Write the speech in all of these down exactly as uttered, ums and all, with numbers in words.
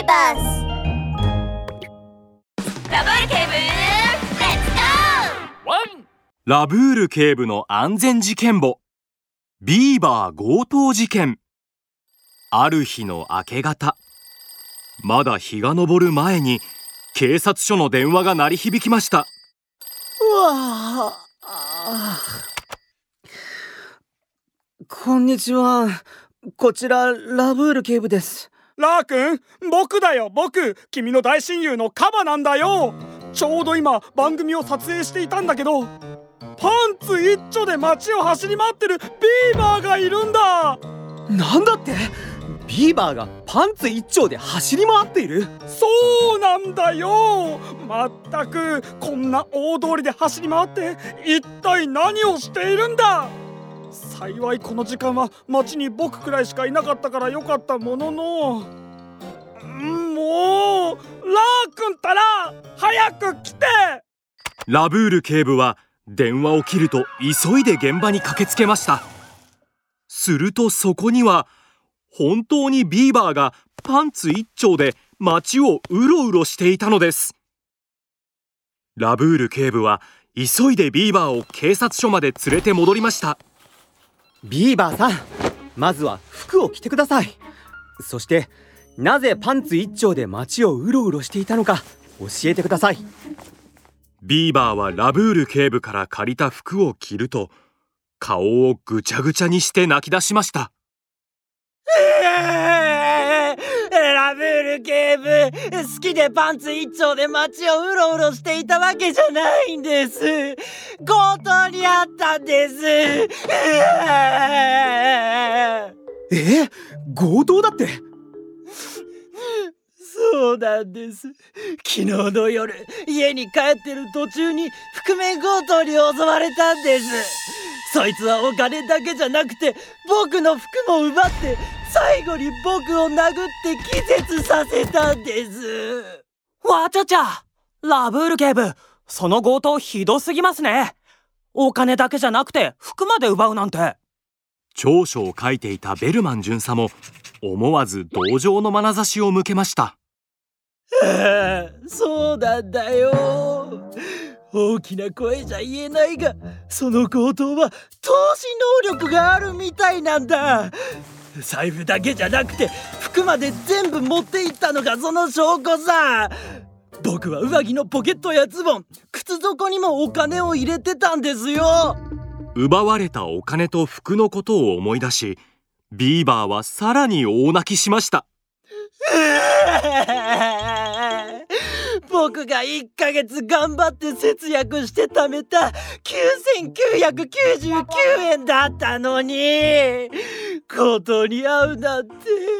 バースラブール警部、レッツゴー。 ワンラブール警部の安全事件簿、ビーバー強盗事件。ある日の明け方、まだ日が昇る前に警察署の電話が鳴り響きました。 うわあ、こんにちは。こちらラブール警部です。 ラー君、僕だよ僕。君の大親友のカバなんだよ。ちょうど今番組を撮影していたんだけど、パンツ一丁で街を走り回ってるビーバーがいるんだ。 なんだって？ビーバーがパンツ一丁で走り回っている？ そうなんだよ。まったくこんな大通りで走り回って一体何をしているんだ。幸いこの時間は街に僕くらいしかいなかったからよかったものの、もうラー君ったら早く来て。 ラブール警部は電話を切ると急いで現場に駆けつけました。するとそこには本当にビーバーがパンツ一丁で街をうろうろしていたのです。ラブール警部は急いでビーバーを警察署まで連れて戻りました。 ビーバーさん、まずは服を着てください。そしてなぜパンツ一丁で街をうろうろしていたのか教えてください。 ビーバーはラブール警部から借りた服を着ると、顔をぐちゃぐちゃにして泣き出しました。 ラブール警部、好きでパンツ一丁で街をうろうろしていたわけじゃないんです。強盗にあったんです。 え？強盗だって？ そうなんです。昨日の夜、家に帰ってる途中に覆面強盗に襲われたんです。そいつはお金だけじゃなくて僕の服も奪って、最後に僕を殴って気絶させたんです。 わちゃちゃ、ラブール警部、その強盗ひどすぎますね。お金だけじゃなくて服まで奪うなんて。 調書を書いていたベルマン巡査も思わず同情の眼差しを向けました。 そうなんだよ。大きな声じゃ言えないが、その強盗は投資能力があるみたいなんだ。財布だけじゃなくて服まで全部持っていったのがその証拠さ。僕は上着のポケットやズボン、靴底にもお金を入れてたんですよ。 奪われたお金と服のことを思い出し、ビーバーはさらに大泣きしました。 僕がいっかげつ頑張って節約して貯めたきゅうせんきゅうひゃくきゅうじゅうきゅうえんだったのに強盗に遭うなんて。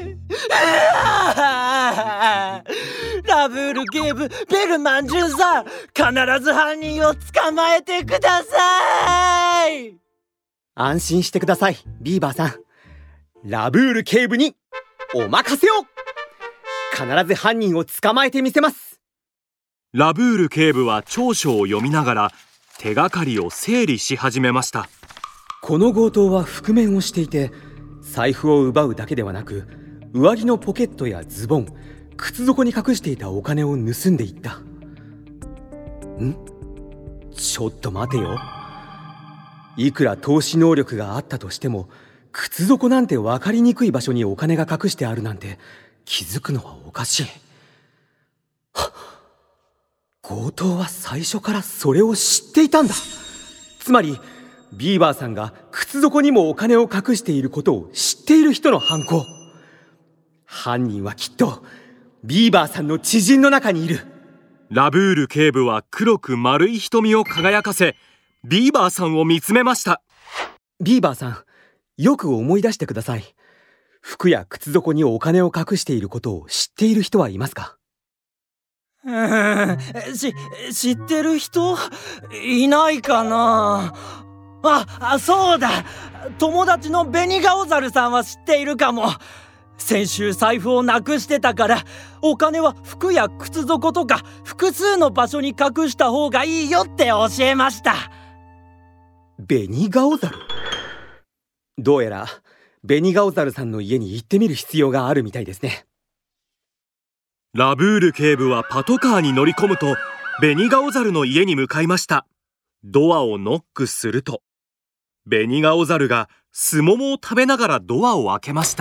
ラブール警部、ベルマン巡査、必ず犯人を捕まえてください。 安心してください、ビーバーさん。ラブール警部にお任せを。必ず犯人を捕まえてみせます。 ラブール警部は調書を読みながら手がかりを整理し始めました。 この強盗は覆面をしていて、財布を奪うだけではなく、上着のポケットやズボン、靴底に隠していたお金を盗んでいった。ん？ちょっと待てよ。いくら投資能力があったとしても、靴底なんて分かりにくい場所にお金が隠してあるなんて気づくのはおかしい。はっ、強盗は最初からそれを知っていたんだ。つまりビーバーさんが靴底にもお金を隠していることを知っている人の犯行。犯人はきっとビーバーさんの知人の中にいる。 ラブール警部は黒く丸い瞳を輝かせ、ビーバーさんを見つめました。 ビーバーさん、よく思い出してください。服や靴底にお金を隠していることを知っている人はいますか？ うーん、し、知ってる人いないかな。あ、あ、そうだ。友達のベニガオザルさんは知っているかも。先週財布をなくしてたから、お金は服や靴底とか複数の場所に隠した方がいいよって教えました。 ベニガオザル？どうやらベニガオザルさんの家に行ってみる必要があるみたいですね。 ラブール警部はパトカーに乗り込むとベニガオザルの家に向かいました。ドアをノックするとベニガオザルがスモモを食べながらドアを開けました。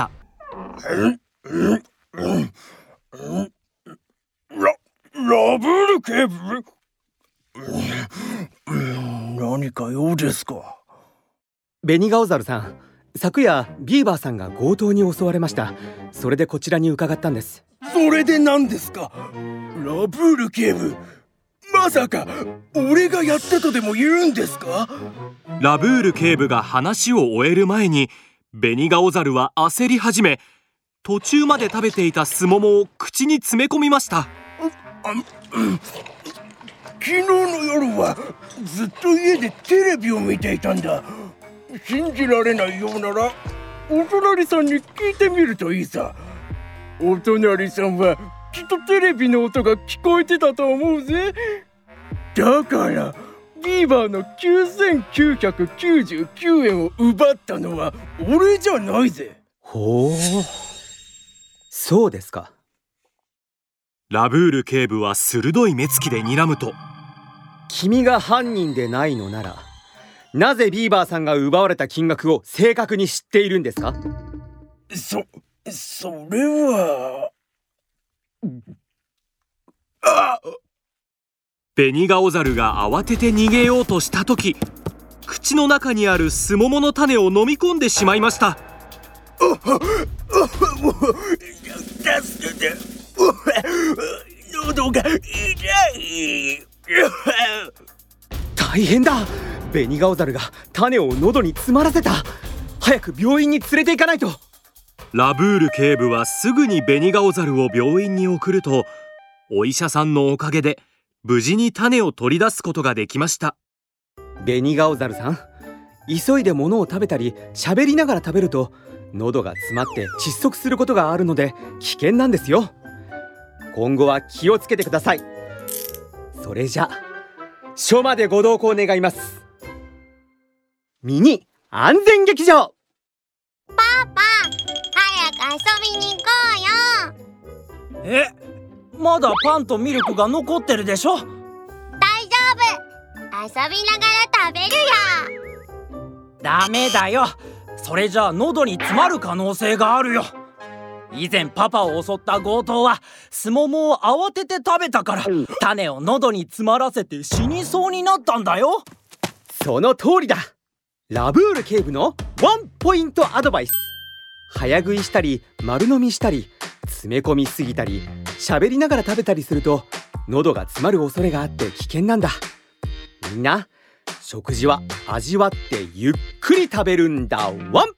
ラ、ラブール警部、何か用ですか？ ベニガオザルさん、昨夜ビーバーさんが強盗に襲われました。それでこちらに伺ったんです。 それで何ですか？ラブール警部、まさか俺がやったとでも言うんですか？ ラブール警部が話を終える前にベニガオザルは焦り始め、途中まで食べていたスモモを口に詰め込みました。 あ、うん、昨日の夜はずっと家でテレビを見ていたんだ。信じられないようならお隣さんに聞いてみるといいさ。お隣さんはきっとテレビの音が聞こえてたと思うぜ。だからビーバーのきゅうせんきゅうひゃくきゅうじゅうきゅうえんを奪ったのは俺じゃないぜ。 ほう、そうですか。 ラブール警部は鋭い目つきで睨むと、 君が犯人でないのならなぜビーバーさんが奪われた金額を正確に知っているんですか？ そ、それはあベニガオザルが慌てて逃げようとした時、口の中にあるスモモの種を飲み込んでしまいました。 助けて、喉が痛い。 大変だ、ベニガオザルが種を喉に詰まらせた。早く病院に連れて行かないと。 ラブール警部はすぐにベニガオザルを病院に送ると、お医者さんのおかげで無事に種を取り出すことができました。 ベニガオザルさん、急いで物を食べたり喋りながら食べると喉が詰まって窒息することがあるので危険なんですよ。今後は気をつけてください。それじゃ署までご同行願います。ミニ安全劇場。 パパ、早く遊びに行こうよ。 え、まだパンとミルクが残ってるでしょ。 大丈夫、遊びながら食べるよ。 ダメだよ、それじゃあ喉に詰まる可能性があるよ。以前パパを襲った強盗はスモモを慌てて食べたから種を喉に詰まらせて死にそうになったんだよ。 その通りだ。ラブール警部のワンポイントアドバイス。早食いしたり丸飲みしたり詰め込みすぎたり喋りながら食べたりすると喉が詰まる恐れがあって危険なんだ。みんな食事は味わってゆっくり食べるんだワン。